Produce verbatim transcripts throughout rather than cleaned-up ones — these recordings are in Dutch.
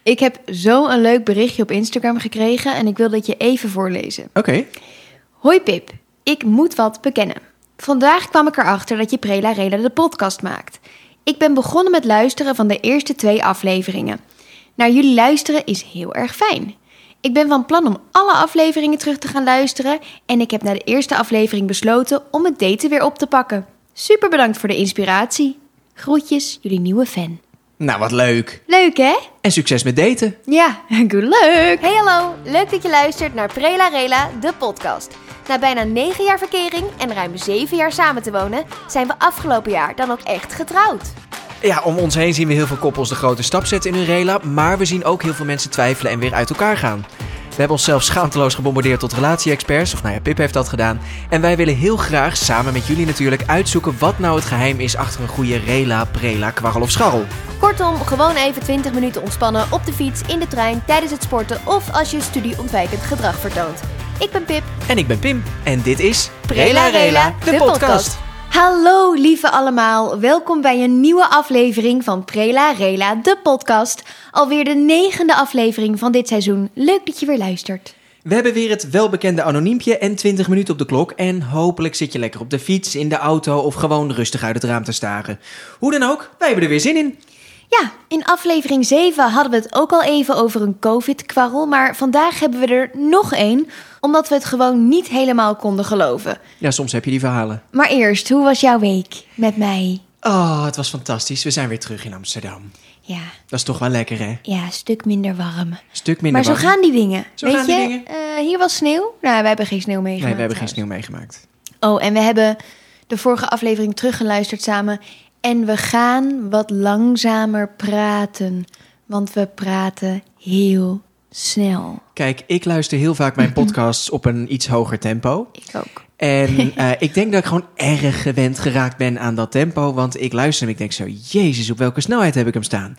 Ik heb zo'n leuk berichtje op Instagram gekregen en ik wil dat je even voorlezen. Oké. Okay. Hoi Pip, ik moet wat bekennen. Vandaag kwam ik erachter dat je Prela Rela de podcast maakt. Ik ben begonnen met luisteren van de eerste twee afleveringen. Naar jullie luisteren is heel erg fijn. Ik ben van plan om alle afleveringen terug te gaan luisteren en ik heb na de eerste aflevering besloten om het daten weer op te pakken. Super bedankt voor de inspiratie. Groetjes, jullie nieuwe fan. Nou, wat leuk. Leuk, hè? En succes met daten. Ja, good luck. Hey, hallo. Leuk dat je luistert naar Prela Rela, de podcast. Na bijna negen jaar verkering en ruim zeven jaar samen te wonen, zijn we afgelopen jaar dan ook echt getrouwd. Ja, om ons heen zien we heel veel koppels de grote stap zetten in hun rela, maar we zien ook heel veel mensen twijfelen en weer uit elkaar gaan. We hebben onszelf schaamteloos gebombardeerd tot relatie-experts, of nou ja, Pip heeft dat gedaan. En wij willen heel graag, samen met jullie natuurlijk, uitzoeken wat nou het geheim is achter een goede rela, prela, kwarrel of scharrel. Kortom, gewoon even twintig minuten ontspannen op de fiets, in de trein, tijdens het sporten of als je studieontwijkend gedrag vertoont. Ik ben Pip. En ik ben Pim. En dit is Prela Rela, de, de podcast. podcast. Hallo lieve allemaal, welkom bij een nieuwe aflevering van Prela Rela, de podcast. Alweer de negende aflevering van dit seizoen. Leuk dat je weer luistert. We hebben weer het welbekende anoniempje en twintig minuten op de klok. En hopelijk zit je lekker op de fiets, in de auto of gewoon rustig uit het raam te staren. Hoe dan ook, wij hebben er weer zin in. Ja, in aflevering zeven hadden we het ook al even over een covid-kwarrel. Maar vandaag hebben we er nog één, omdat we het gewoon niet helemaal konden geloven. Ja, soms heb je die verhalen. Maar eerst, hoe was jouw week met mij? Oh, het was fantastisch. We zijn weer terug in Amsterdam. Ja. Dat is toch wel lekker, hè? Ja, een stuk minder warm. Stuk minder maar warm. Maar zo gaan die dingen. Zo Weet gaan je, die dingen. Uh, hier was sneeuw. Nou, wij hebben geen sneeuw meegemaakt. Nee, we hebben trouwens. geen sneeuw meegemaakt. Oh, en we hebben de vorige aflevering teruggeluisterd samen. En we gaan wat langzamer praten. Want we praten heel snel. Kijk, ik luister heel vaak mijn podcasts op een iets hoger tempo. Ik ook. En uh, ik denk dat ik gewoon erg gewend geraakt ben aan dat tempo. Want ik luister en ik denk zo, jezus, op welke snelheid heb ik hem staan?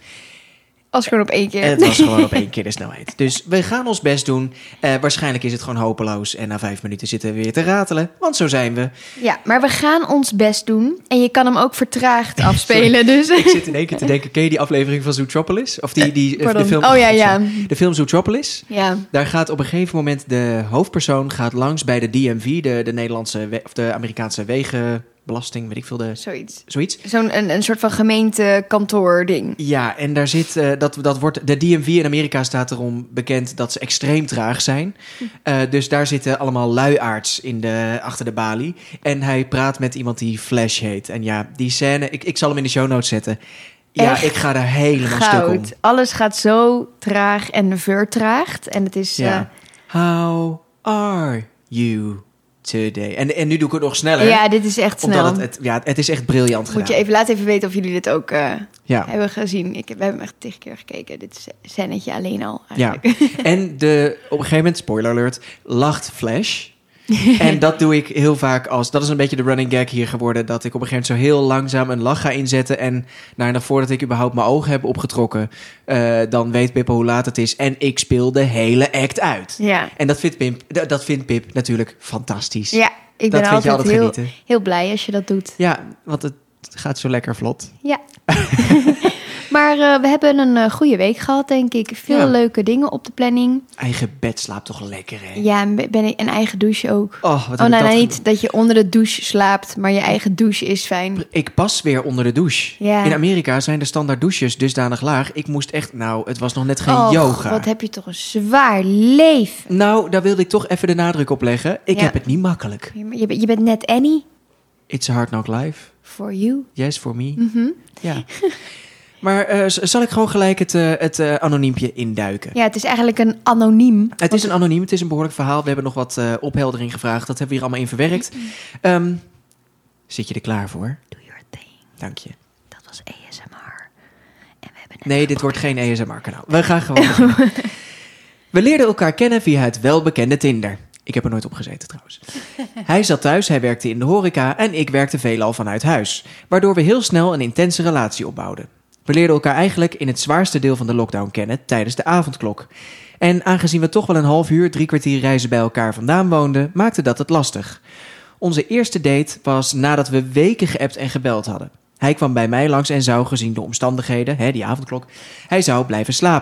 Was gewoon op één keer. En het was gewoon op één keer de snelheid. Dus we gaan ons best doen. Uh, waarschijnlijk is het gewoon hopeloos. En na vijf minuten zitten we weer te ratelen. Want zo zijn we. Ja, maar we gaan ons best doen. En je kan hem ook vertraagd afspelen. Dus. Ik zit in één keer te denken, ken je die aflevering van Zootropolis? Of die, die uh, de film. Oh ja, ja. De film Zootropolis. Ja. Daar gaat op een gegeven moment de hoofdpersoon gaat langs bij de D M V, de, de Nederlandse we- of de Amerikaanse wegenbelasting, weet ik veel de. Zoiets. Zoiets. Zo'n een, een soort van gemeentekantoor ding. Ja, en daar zit uh, dat dat wordt de D M V in Amerika staat erom bekend dat ze extreem traag zijn. Uh, dus daar zitten allemaal luiaards in de achter de balie en hij praat met iemand die Flash heet. En ja, die scène, ik ik zal hem in de show notes zetten. Ja, echt ik ga daar helemaal goud. stuk om. Alles gaat zo traag en vertraagd. En het is. Ja. Uh... How are you today? En, en nu doe ik het nog sneller. Ja, dit is echt snel. Omdat het, het, ja, het is echt briljant gedaan. Moet je even laten even weten of jullie dit ook uh, ja. hebben gezien. Ik, we hebben hem echt tig keer gekeken. Dit scènetje alleen al eigenlijk. Ja. En de, op een gegeven moment, spoiler alert, lacht Flash. En dat doe ik heel vaak als... Dat is een beetje de running gag hier geworden. Dat ik op een gegeven moment zo heel langzaam een lach ga inzetten. En nou, nog voordat ik überhaupt mijn ogen heb opgetrokken... Uh, dan weet Pippa hoe laat het is. En ik speel de hele act uit. Ja. En dat vindt Pip, dat vindt Pip natuurlijk fantastisch. Ja, ik ben dat altijd, altijd heel, genieten. heel blij als je dat doet. Ja, want het gaat zo lekker vlot. Ja. Maar uh, we hebben een uh, goede week gehad, denk ik. Veel ja. leuke dingen op de planning. Eigen bed slaapt toch lekker, hè? Ja, ben ik een eigen douche ook. Oh, wat oh nou, dat niet dat je onder de douche slaapt, maar je eigen douche is fijn. Ik pas weer onder de douche. Ja. In Amerika zijn de standaard douches dusdanig laag. Ik moest echt, nou, het was nog net geen oh, yoga. Wat heb je toch een zwaar leven. Nou, daar wilde ik toch even de nadruk op leggen. Ik ja. heb het niet makkelijk. Je, je bent net Annie. It's a hard knock life. For you. Yes, for me. Mm-hmm. Ja. Maar uh, zal ik gewoon gelijk het, uh, het uh, anoniempje induiken? Ja, het is eigenlijk een anoniem. Het is een anoniem, het is een behoorlijk verhaal. We hebben nog wat uh, opheldering gevraagd. Dat hebben we hier allemaal in verwerkt. Um, zit je er klaar voor? Do your thing. Dank je. Dat was A S M R. En we hebben nee, dit wordt geen A S M R-kanaal. We gaan gewoon... We leerden elkaar kennen via het welbekende Tinder. Ik heb er nooit op gezeten trouwens. Hij zat thuis, hij werkte in de horeca en ik werkte veelal vanuit huis. Waardoor we heel snel een intense relatie opbouwden. We leerden elkaar eigenlijk in het zwaarste deel van de lockdown kennen, tijdens de avondklok. En aangezien we toch wel een half uur, drie kwartier reizen bij elkaar vandaan woonden, maakte dat het lastig. Onze eerste date was nadat we weken geappt en gebeld hadden. Hij kwam bij mij langs en zou, gezien de omstandigheden, hè, die avondklok, hij zou blijven slapen.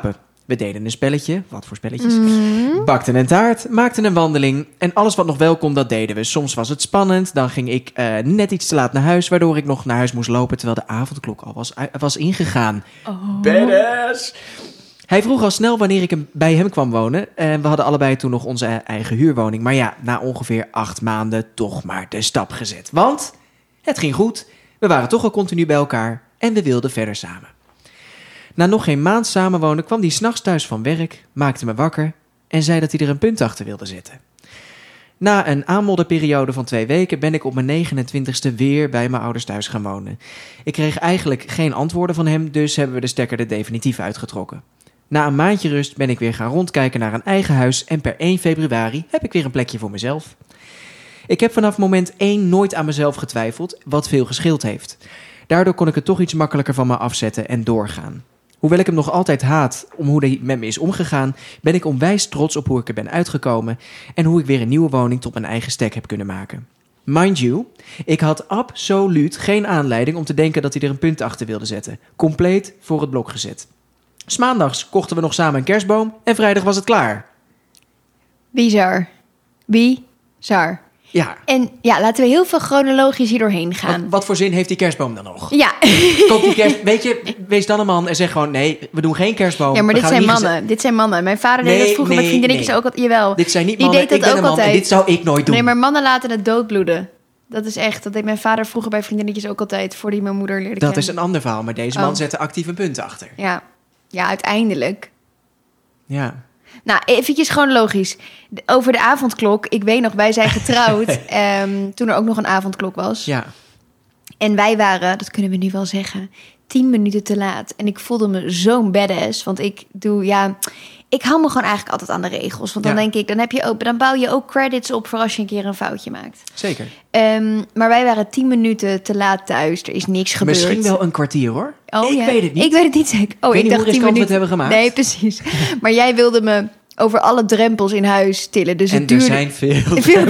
We deden een spelletje. Wat voor spelletjes? Mm. Bakten een taart, maakten een wandeling. En alles wat nog wel kon, dat deden we. Soms was het spannend. Dan ging ik uh, net iets te laat naar huis, waardoor ik nog naar huis moest lopen terwijl de avondklok al was, uh, was ingegaan. Oh. Badass! Hij vroeg al snel wanneer ik hem, bij hem kwam wonen. En we hadden allebei toen nog onze eigen huurwoning. Maar ja, na ongeveer acht maanden toch maar de stap gezet. Want het ging goed. We waren toch al continu bij elkaar. En we wilden verder samen. Na nog geen maand samenwonen kwam hij 's nachts thuis van werk, maakte me wakker en zei dat hij er een punt achter wilde zetten. Na een aanmodderperiode van twee weken ben ik op mijn negenentwintigste weer bij mijn ouders thuis gaan wonen. Ik kreeg eigenlijk geen antwoorden van hem, dus hebben we de stekker er definitief uitgetrokken. Na een maandje rust ben ik weer gaan rondkijken naar een eigen huis en per één februari heb ik weer een plekje voor mezelf. Ik heb vanaf moment één nooit aan mezelf getwijfeld, wat veel gescheeld heeft. Daardoor kon ik het toch iets makkelijker van me afzetten en doorgaan. Hoewel ik hem nog altijd haat om hoe hij met me is omgegaan, ben ik onwijs trots op hoe ik er ben uitgekomen en hoe ik weer een nieuwe woning tot mijn eigen stek heb kunnen maken. Mind you, ik had absoluut geen aanleiding om te denken dat hij er een punt achter wilde zetten. Compleet voor het blok gezet. 'S Maandags kochten we nog samen een kerstboom en vrijdag was het klaar. Bizar. Bizar. Ja. En ja, laten we heel veel chronologisch hier doorheen gaan. Wat, wat voor zin heeft die kerstboom dan nog? Ja. Koop die kerst, weet je, wees dan een man en zeg gewoon nee, we doen geen kerstboom. Ja, maar we dit gaan zijn niet mannen. geze- Dit zijn mannen. Mijn vader deed Nee, dat vroeger nee, met vriendinnetjes nee. ook altijd. Jawel. Dit zijn niet Die mannen, deed dat ik ben ook een man altijd. en dit zou ik nooit doen. Nee, maar mannen laten het doodbloeden. Dat is echt. Dat deed mijn vader vroeger bij vriendinnetjes ook altijd, voordat hij mijn moeder leerde Dat kennen. is een ander verhaal, maar deze Oh. man zette actief een punt achter. Ja. Ja, uiteindelijk. Ja. Nou, eventjes chronologisch. De- Over de avondklok. Ik weet nog, wij zijn getrouwd ehm, toen er ook nog een avondklok was. Ja. En wij waren, dat kunnen we nu wel zeggen, tien minuten te laat. En ik voelde me zo'n badass. Want ik doe, ja, ik hou me gewoon eigenlijk altijd aan de regels. Want dan Ja. denk ik, dan, heb je ook, dan bouw je ook credits op voor als je een keer een foutje maakt. Zeker. Ehm, maar wij waren tien minuten te laat thuis. Er is niks gebeurd. Misschien wel een kwartier hoor. Oh, ik ja. weet het niet. Ik weet het niet zeker. Oh, weet ik niet dacht hoe tien riskant we het minuten. hebben gemaakt. Nee, precies. Maar jij wilde me over alle drempels in huis tillen. Dus en het er duurde... zijn veel. veel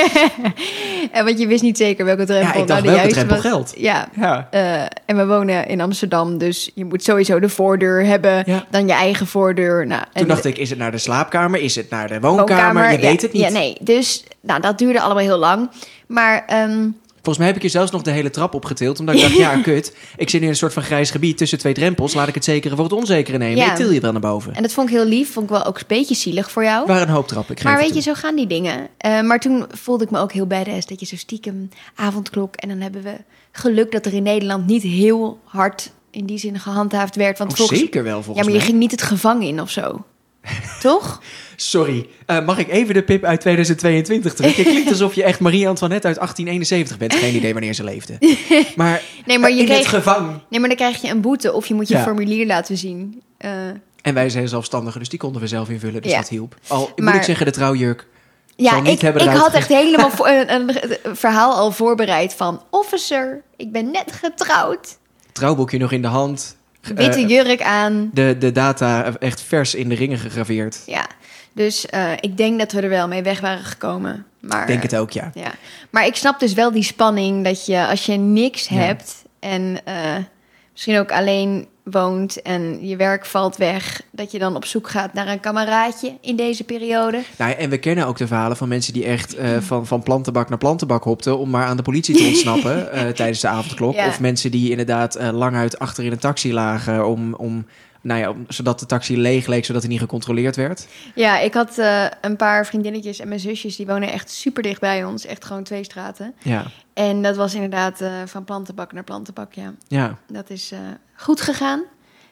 en want je wist niet zeker welke drempel Ja, ik dacht nou de welke juiste drempel was. geldt. Ja. Ja. Uh, en we wonen in Amsterdam, dus je moet sowieso de voordeur hebben, Ja. dan je eigen voordeur. Nou, Toen en dacht de ik, is het naar de slaapkamer? Is het naar de woonkamer? Je ja, weet het niet. Ja, nee. Dus nou, dat duurde allemaal heel lang. Maar um, Volgens mij heb ik je zelfs nog de hele trap opgetild. Omdat ik dacht, ja, kut. Ik zit nu in een soort van grijs gebied tussen twee drempels. Laat ik het zekere voor het onzekere nemen. Ja. Ik til je wel naar boven. en dat vond ik heel lief, vond ik wel ook een beetje zielig voor jou. Er waren een hoop trappen. Ik geef Maar het weet je, toe. zo gaan die dingen. Uh, maar toen voelde ik me ook heel badass dat je zo stiekem avondklok. En dan hebben we geluk dat er in Nederland niet heel hard in die zin gehandhaafd werd. Want Oh, volgens... zeker wel, volgens Ja, maar je mij. ging niet het gevangen in of zo. Toch? Sorry, uh, mag ik even de Pip uit tweeduizend tweeëntwintig terug? Je klinkt alsof je echt Marie-Antoinette uit achttien eenenzeventig bent. Geen idee wanneer ze leefde. Maar, Nee, maar uh, je in kreeg... het gevang. Nee, maar dan krijg je een boete of je moet je Ja. formulier laten zien. Uh, En wij zijn zelfstandigen, dus die konden we zelf invullen. Dus Ja. dat hielp. Al Maar- moet ik zeggen, de trouwjurk. ja, Zal niet ik, hebben ik eruit had echt ge- helemaal voor, een, een, een verhaal al voorbereid van... Officer, ik ben net getrouwd. Trouwboekje nog in de hand. Witte Uh, jurk aan. de, de data echt vers in de ringen gegraveerd. Ja, dus uh, ik denk dat we er wel mee weg waren gekomen. Maar, Ik denk het ook, ja. Ja. Maar ik snap dus wel die spanning dat je als je niks Ja. hebt... en uh, misschien ook alleen woont en je werk valt weg... dat je dan op zoek gaat naar een kameraadje in deze periode. Nou, ja, en we kennen ook de verhalen van mensen die echt uh, van, van plantenbak naar plantenbak hopten... om maar aan de politie te ontsnappen uh, tijdens de avondklok. Ja. Of mensen die inderdaad uh, lang uit achter in een taxi lagen... om, om, nou ja, om, zodat de taxi leeg leek, zodat hij niet gecontroleerd werd. Ja, ik had uh, een paar vriendinnetjes en mijn zusjes... die wonen echt super dicht bij ons. Echt gewoon twee straten. Ja, En dat was inderdaad uh, van plantenbak naar plantenbak, ja. ja. Dat is uh, goed gegaan.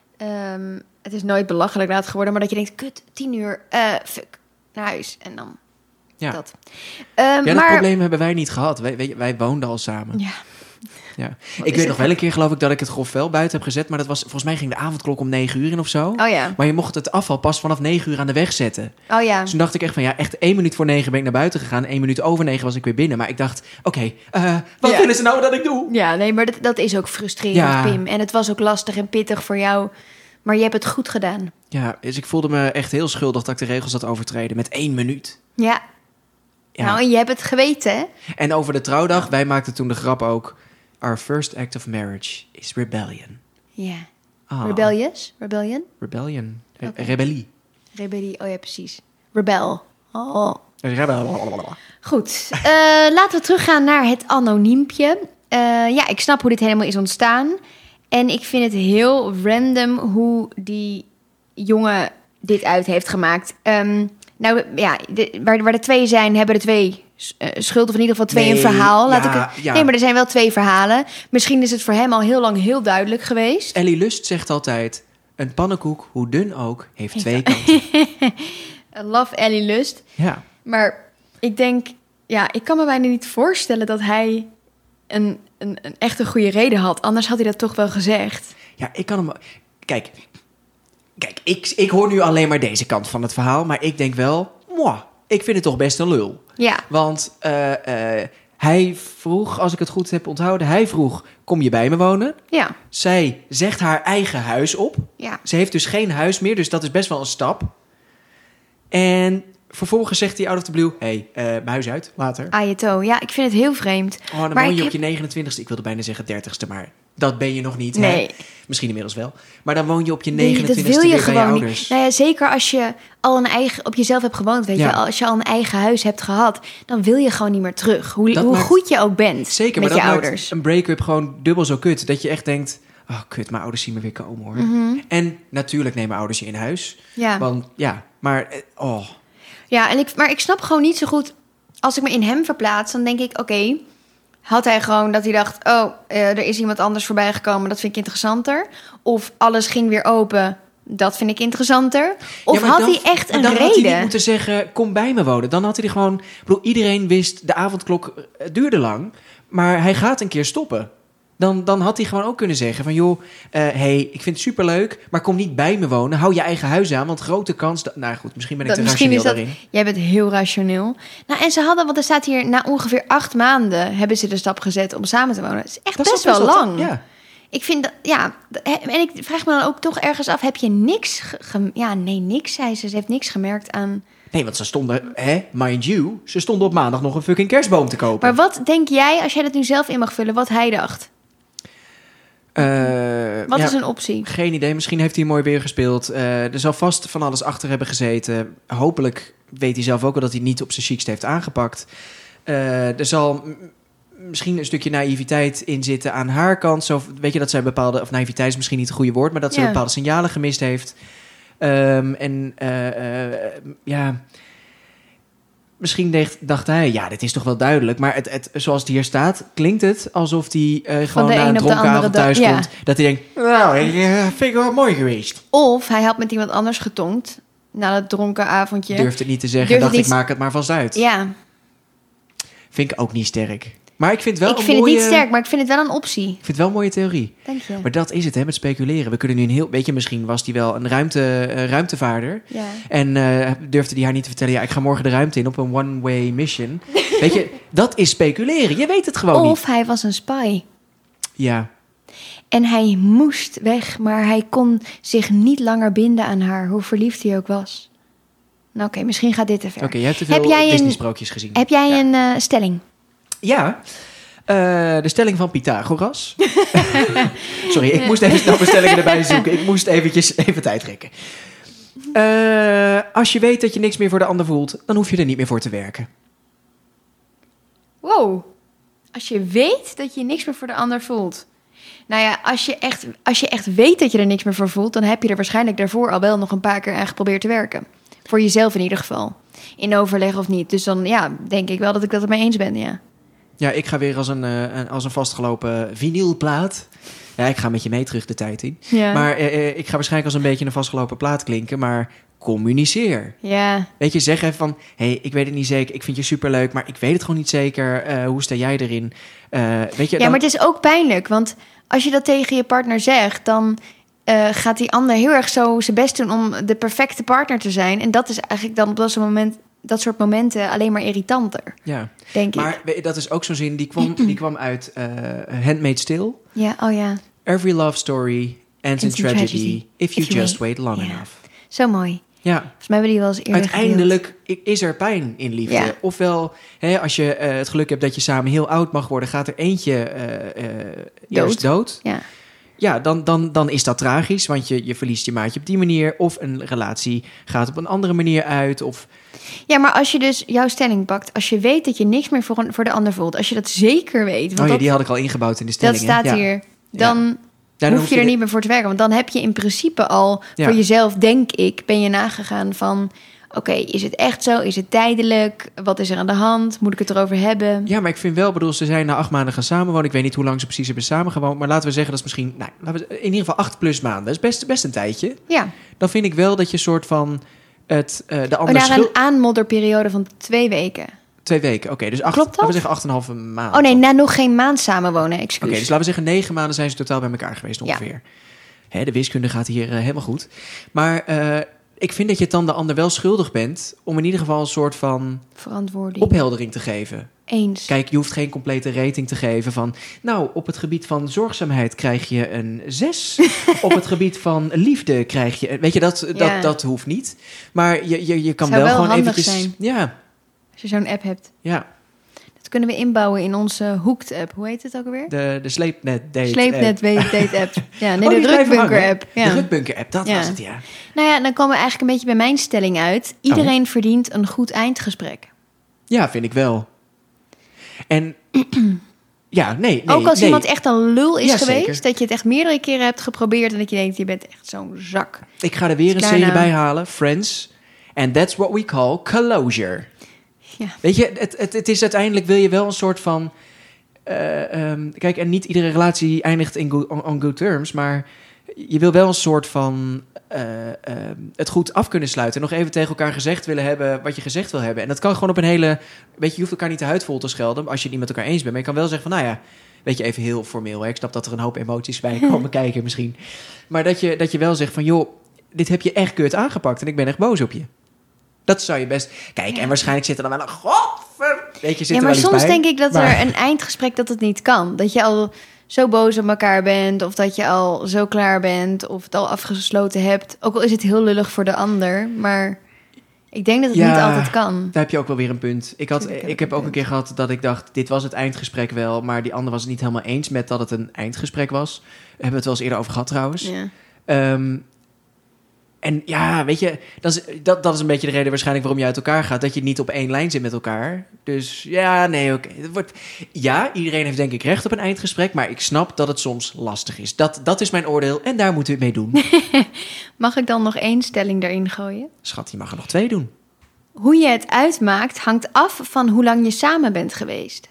Um, het is nooit belachelijk laat geworden... maar dat je denkt, kut, tien uur, uh, fuck, naar huis. En dan Ja. dat. Um, Ja, dat maar, probleem hebben wij niet gehad. Wij, wij, wij woonden al samen. Ja. Ja. Wat Ik is weet nog het? wel een keer, geloof ik, dat ik het grof vuil buiten heb gezet. Maar dat was, volgens mij ging de avondklok om negen uur in of zo. Oh ja, Maar je mocht het afval pas vanaf negen uur aan de weg zetten. oh ja. Dus toen dacht ik echt van, ja, echt één minuut voor negen ben ik naar buiten gegaan. Één minuut over negen was ik weer binnen. Maar ik dacht, oké, okay, uh, wat Ja. willen ze nou dat ik doe? Ja, nee, maar dat, dat is ook frustrerend, Ja. Pim. En het was ook lastig en pittig voor jou. Maar je hebt het goed gedaan. Ja, dus ik voelde me echt heel schuldig dat ik de regels had overtreden met één minuut. Ja. Ja. Nou, en je hebt het geweten, hè? En over de trouwdag, wij maakten toen de grap ook... Our first act of marriage is rebellion. Ja. Ah, Rebellious? Rebellion? Rebellion. Re- Okay. Rebellie. Rebellie, oh ja, precies. Rebel. Oh. Rebel. Goed, uh, laten we teruggaan naar het anoniempje. Uh, ja, ik snap hoe dit helemaal is ontstaan. En ik vind het heel random hoe die jongen dit uit heeft gemaakt. Um, nou ja, de, waar, waar de twee zijn, hebben de twee uh, schuld, of in ieder geval twee Nee, een verhaal. Laat ja, ik het, ja. Nee, maar er zijn wel twee verhalen. Misschien is het voor hem al heel lang heel duidelijk geweest. Ellie Lust zegt altijd... Een pannenkoek, hoe dun ook, heeft twee kanten. Love Ellie Lust. Ja. Maar ik denk, ja, ik kan me bijna niet voorstellen dat hij een, een, een echt een goede reden had. Anders had hij dat toch wel gezegd. Ja, ik kan hem... Kijk, kijk ik, ik hoor nu alleen maar deze kant van het verhaal. Maar ik denk wel, mwah, ik vind het toch best een lul. Ja. Want uh, uh, hij vroeg, als ik het goed heb onthouden... Hij vroeg, kom je bij me wonen? Ja. Zij zegt haar eigen huis op. Ja. Ze heeft dus geen huis meer, dus dat is best wel een stap. En vervolgens zegt hij out of the blue... Hé, hey, uh, mijn huis uit, later. Ajeto. Ja, ik vind het heel vreemd. Oh, dan maar woon je ik op heb... je negenentwintigste. Ik wilde bijna zeggen dertigste, maar dat ben je nog niet. Nee. Hè? Misschien inmiddels wel. Maar dan woon je op je Nee, dat negenentwintigste wil je weer bij je gewoon ouders. niet. Nou ja, zeker als je al een eigen, op jezelf hebt gewoond, weet Ja. je, als je al een eigen huis hebt gehad, dan wil je gewoon niet meer terug. Hoe, Dat hoe maakt- goed je ook bent Zeker, met maar je dat ouders. maakt een break-up gewoon dubbel zo kut. Dat je echt denkt, oh kut, mijn ouders zien me weer komen hoor. Mhm. En natuurlijk nemen ouders je in huis. Ja. Want ja, maar eh, oh, Ja, en ik, maar ik snap gewoon niet zo goed. Als ik me in hem verplaats, dan denk ik, oké, okay, had hij gewoon dat hij dacht, oh, uh, er is iemand anders voorbij gekomen, dat vind ik interessanter. Of alles ging weer open, dat vind ik interessanter. Of Ja, maar had dan- hij echt een dan reden? had hij niet moeten zeggen, kom bij me wonen. Dan had hij er gewoon... Ik bedoel, iedereen wist, de avondklok eh, duurde lang. Maar hij gaat een keer stoppen. Dan, dan had hij gewoon ook kunnen zeggen van... joh, hé, uh, hey, ik vind het superleuk, maar kom niet bij me wonen. Hou je eigen huis aan, want grote kans... Dat, nou goed, misschien ben ik Dat, te misschien rationeel is dat, daarin. jij bent heel rationeel. Nou, en ze hadden, want er staat hier, na ongeveer acht maanden hebben ze de stap gezet om samen te wonen. Dat is echt Dat is best toch wel best lang. Ja. Ik vind dat, ja, en ik vraag me dan ook toch ergens af, heb je niks, ge, ge, ja, nee, niks, zei ze. Ze heeft niks gemerkt aan... Nee, want ze stonden, hè, mind you... ze stonden op maandag nog een fucking kerstboom te kopen. Maar wat denk jij, als jij dat nu zelf in mag vullen, wat hij dacht? Uh, Wat ja, is een optie? Geen idee, misschien heeft hij mooi weer gespeeld. Uh, er zal vast van alles achter hebben gezeten. Hopelijk weet hij zelf ook wel dat hij niet op zijn chicste heeft aangepakt. Uh, er zal m- misschien een stukje naïviteit in zitten aan haar kant. Zo, weet je dat zij bepaalde, of naïviteit is misschien niet het goede woord, maar dat ze Ja. bepaalde signalen gemist heeft. Um, en uh, uh, ja... Misschien dacht, dacht hij, ja, dit is toch wel duidelijk. Maar het, het, zoals het hier staat, klinkt het alsof hij uh, gewoon de na een een op de dronken andere avond dag, thuis ja. komt. Dat hij denkt, nou, ik uh, vind ik wel mooi geweest. Of hij had met iemand anders getongd na dat dronken avondje. Durft het niet te zeggen, Durft dacht het ik, niet- maak het maar vast uit. Ja, Vind ik ook niet sterk. Maar ik vind wel ik een vind mooie... het niet sterk, maar ik vind het wel een optie. Ik vind het wel een mooie theorie. Dank je. Maar dat is het, hè, met speculeren. We kunnen nu een heel... Weet je, misschien was hij wel een ruimte, uh, ruimtevaarder. Ja. En uh, durfde hij haar niet te vertellen... ja, ik ga morgen de ruimte in op een one-way mission. Weet je, dat is speculeren. Je weet het gewoon niet. Of hij was een spy. Ja, En hij moest weg, maar hij kon zich niet langer binden aan haar, hoe verliefd hij ook was. Nou oké, misschien gaat dit te ver. oké, je hebt te Heb veel jij een- Disney-sprookjes gezien. Heb jij Ja. een uh, stelling? Ja, uh, de stelling van Pythagoras. Sorry, ik moest even snel mijn stellingen erbij zoeken. Ik moest eventjes even tijd rekken. Uh, als je weet dat je niks meer voor de ander voelt... dan hoef je er niet meer voor te werken. Wow. Als je weet dat je niks meer voor de ander voelt. Nou ja, als je, echt, als je echt weet dat je er niks meer voor voelt... dan heb je er waarschijnlijk daarvoor al wel nog een paar keer aan geprobeerd te werken. Voor jezelf in ieder geval. In overleg of niet. Dus dan ja, denk ik wel dat ik dat ermee eens ben, ja. Ja, ik ga weer als een, uh, een, als een vastgelopen vinylplaat. Ja, ik ga met je mee terug de tijd in. Ja. Maar uh, ik ga waarschijnlijk als een beetje een vastgelopen plaat klinken... maar communiceer. Ja, Weet je, zeg even van... hé, hey, ik weet het niet zeker, ik vind je superleuk... maar ik weet het gewoon niet zeker. Uh, hoe sta jij erin? Uh, weet je, ja dan... maar het is ook pijnlijk. Want als je dat tegen je partner zegt... dan uh, gaat die ander heel erg zo zijn best doen... om de perfecte partner te zijn. En dat is eigenlijk dan op dat soort, moment, dat soort momenten... alleen maar irritanter, Ja, denk ik. maar weet je, dat is ook zo'n zin... die kwam, die kwam uit uh, Handmaid's Tale. Ja, oh ja. Every love story ends in Ends in tragedy... tragedy. if you If you just wait. wait long Ja. enough. Zo mooi. Ja, Volgens mij hebben die wel eens eerder gedeeld. uiteindelijk is er pijn in liefde. Ja. Ofwel, hè, als je uh, het geluk hebt dat je samen heel oud mag worden... gaat er eentje uh, uh, eerst dood. Ja. ja, dan, dan, dan is dat tragisch, want je, je verliest je maatje op die manier. Of een relatie gaat op een andere manier uit. Of... Ja, maar als je dus jouw stelling pakt, als je weet dat je niks meer voor, een, voor de ander voelt, als je dat zeker weet. Want oh ja, dat, die had ik al ingebouwd in de stelling. Dat staat ja. hier. Dan, ja. dan hoef je er de... niet meer voor te werken. Want dan heb je in principe al ja. voor jezelf, denk ik, ben je nagegaan van... Oké, okay, is het echt zo? Is het tijdelijk? Wat is er aan de hand? Moet ik het erover hebben? Ja, maar ik vind wel, bedoel, ze zijn na acht maanden gaan samenwonen. Ik weet niet hoe lang ze precies hebben samengewoond. Maar laten we zeggen, dat is misschien, nou, laten we, in ieder geval acht plus maanden. Dat is best, best een tijdje. Ja. Dan vind ik wel dat je soort van het, uh, de andere... Oh, na schul... een aanmodderperiode van twee weken. Twee weken, oké. Okay, dus acht, Klopt dat? laten we zeggen acht en een halve maand. Oh nee, na nog geen maand samenwonen, excuus. Oké, okay, dus laten we zeggen negen maanden zijn ze totaal bij elkaar geweest ongeveer. Ja. Hè, de wiskunde gaat hier uh, helemaal goed. Maar... Uh, ik vind dat je het dan de ander wel schuldig bent... om in ieder geval een soort van... verantwoording, opheldering te geven. Eens. Kijk, je hoeft geen complete rating te geven van... nou, op het gebied van zorgzaamheid krijg je een zes. Op het gebied van liefde krijg je... Weet je, dat, dat, ja. dat hoeft niet. Maar je, je, je kan Zou wel, wel gewoon handig eventjes... zijn. Ja. Als je zo'n app hebt. Ja. Dat kunnen we inbouwen in onze Hooked-app. Hoe heet het ook alweer? De, de Sleepnet-date Sleepnet-date-app. Ja, nee, oh, de Drukbunker-app. Ja. De Drukbunker-app, dat ja. was het, ja. Nou ja, dan komen we eigenlijk een beetje bij mijn stelling uit. Iedereen oh. verdient een goed eindgesprek. Ja, vind ik wel. En... ja, nee, nee. Ook als nee. iemand echt een lul is ja, geweest... zeker. dat je het echt meerdere keren hebt geprobeerd... en dat je denkt, je bent echt zo'n zak. Ik ga er weer een serie bij halen. Friends. And that's what we call closure. Ja. Weet je, het, het, het is uiteindelijk... wil je wel een soort van... Uh, um, kijk, en niet iedere relatie eindigt in good, on, on good terms... maar je wil wel een soort van... Uh, uh, het goed af kunnen sluiten. En nog even tegen elkaar gezegd willen hebben... wat je gezegd wil hebben. En dat kan gewoon op een hele... weet je, je hoeft elkaar niet de huid vol te schelden... als je het niet met elkaar eens bent. Maar je kan wel zeggen van, nou ja... weet je, even heel formeel. Hè? Ik snap dat er een hoop emoties bij komen kijken misschien. Maar dat je, dat je wel zegt van... joh, dit heb je echt kut aangepakt... en ik ben echt boos op je. Dat zou je best... Kijk, ja. En waarschijnlijk zit er dan wel een... godver... Weet je, zit ja, maar er wel soms bij. denk ik dat maar... er een eindgesprek... dat het niet kan. Dat je al... zo boos op elkaar bent... of dat je al zo klaar bent... of het al afgesloten hebt. Ook al is het heel lullig voor de ander... maar ik denk dat het ja, niet altijd kan. Daar heb je ook wel weer een punt. Ik, had, ik heb, ik heb ook een keer gehad dat ik dacht... dit was het eindgesprek wel... maar die ander was het niet helemaal eens... met dat het een eindgesprek was. Daar hebben we het wel eens eerder over gehad trouwens. Ja. Um, en ja, weet je... Dat is, dat, dat is een beetje de reden waarschijnlijk... waarom je uit elkaar gaat. Dat je niet op één lijn zit met elkaar. Dus ja, nee, oké. Okay. Ja, iedereen heeft denk ik recht op een eindgesprek... maar ik snap dat het soms lastig is. Dat, dat is mijn oordeel en daar moeten we het mee doen. Mag ik dan nog één stelling daarin gooien? Schat, je mag er nog twee doen. Hoe je het uitmaakt hangt af van hoe lang je samen bent geweest.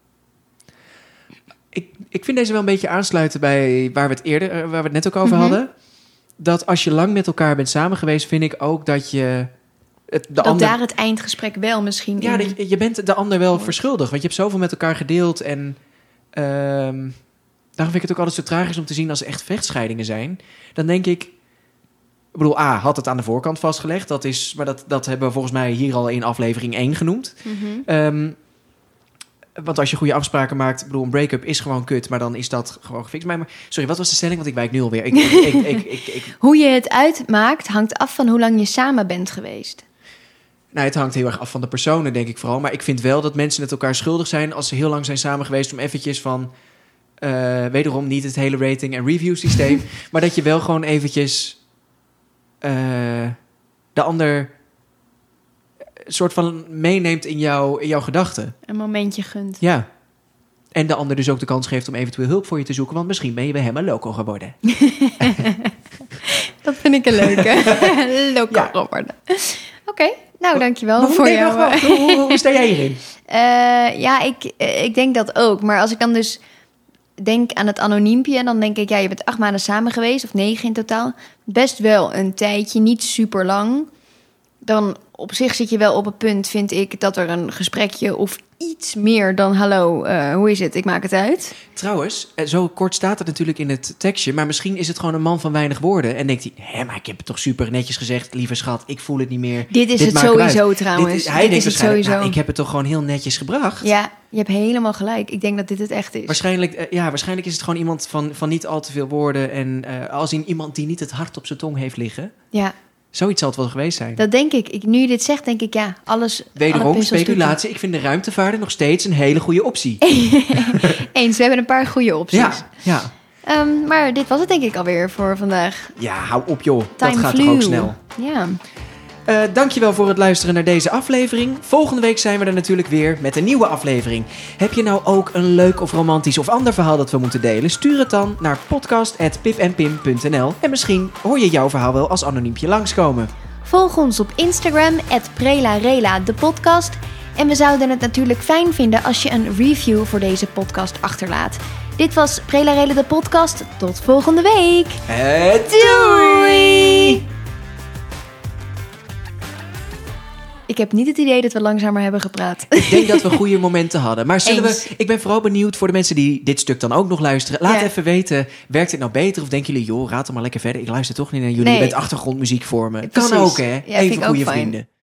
Ik, ik vind deze wel een beetje aansluiten bij waar we het eerder, waar we het net ook over mm-hmm. hadden. Dat als je lang met elkaar bent samen geweest, vind ik ook dat je... Het, de dat ander... daar het eindgesprek wel misschien ja, in... Ja, je bent de ander wel verschuldigd. Want je hebt zoveel met elkaar gedeeld. En um, daarom vind ik het ook altijd zo tragisch om te zien als er echt vechtscheidingen zijn. Dan denk ik... Ik bedoel, A, had het aan de voorkant vastgelegd. Dat is, maar dat, dat hebben we volgens mij hier al in aflevering één genoemd. Mm-hmm. Um, want als je goede afspraken maakt... Ik bedoel, een break-up is gewoon kut, maar dan is dat gewoon gefixt. Maar, maar, sorry, wat was de stelling? Want ik wijk nu alweer. Ik, ik, ik, ik, ik, ik... Hoe je het uitmaakt hangt af van hoe lang je samen bent geweest. Nou, het hangt heel erg af van de personen, denk ik vooral. Maar ik vind wel dat mensen het elkaar schuldig zijn... als ze heel lang zijn samen geweest om eventjes van... Uh, wederom niet het hele rating- en review-systeem... maar dat je wel gewoon eventjes... Uh, de ander... een soort van meeneemt in, jou, in jouw gedachten. Een momentje gunt. Ja. En de ander dus ook de kans geeft om eventueel hulp voor je te zoeken... want misschien ben je bij hem een loco geworden. Dat vind ik een leuke. Loco ja. geworden. Oké, okay, nou dankjewel voor jou. Hoe, hoe, hoe sta jij hierin? Uh, ja, ik, ik denk dat ook. Maar als ik dan dus denk aan het anoniempje... dan denk ik, ja, je bent acht maanden samen geweest... of negen in totaal. Best wel een tijdje, niet super lang. Dan op zich zit je wel op het punt, vind ik... dat er een gesprekje of iets meer dan... hallo, uh, hoe is het? Ik maak het uit. Trouwens, zo kort staat het natuurlijk in het tekstje... maar misschien is het gewoon een man van weinig woorden... en denkt hij, hé, maar ik heb het toch super netjes gezegd... lieve schat, ik voel het niet meer. Dit is Dit het sowieso het trouwens. Dit, hij dit denkt is het sowieso. Nou, ik heb het toch gewoon heel netjes gebracht. Ja, je hebt helemaal gelijk. Ik denk dat dit het echt is. Waarschijnlijk, uh, ja, waarschijnlijk is het gewoon iemand van, van niet al te veel woorden... en uh, als in iemand die niet het hart op zijn tong heeft liggen... Ja. Zoiets zal het wel geweest zijn. Dat denk ik. ik. Nu je dit zegt, denk ik, ja, alles... Wederom, speculatie. Ik vind de ruimtevaarden nog steeds een hele goede optie. Eens, we hebben een paar goede opties. Ja, ja. Um, maar dit was het denk ik alweer voor vandaag. Ja, hou op joh. Time dat gaat flew. toch ook snel. Ja. Uh, dankjewel voor het luisteren naar deze aflevering. Volgende week zijn we er natuurlijk weer met een nieuwe aflevering. Heb je nou ook een leuk of romantisch of ander verhaal dat we moeten delen? Stuur het dan naar podcast at pip en pim punt n l en misschien hoor je jouw verhaal wel als anoniempje langskomen. Volg ons op Instagram at prelarela de podcast. En we zouden het natuurlijk fijn vinden als je een review voor deze podcast achterlaat. Dit was Prelarela de podcast. Tot volgende week. Uh, doei! Ik heb niet het idee dat we langzamer hebben gepraat. Ik denk dat we goede momenten hadden. Maar zullen Eens. we... Ik ben vooral benieuwd voor de mensen die dit stuk dan ook nog luisteren. Laat Ja. even weten, werkt dit nou beter? Of denken jullie, joh, raad er maar lekker verder. Ik luister toch niet naar jullie. Nee. Je bent achtergrondmuziek voor me. Kan Precies. ook, hè? Ja, vind even ik ook goede fijn. vrienden.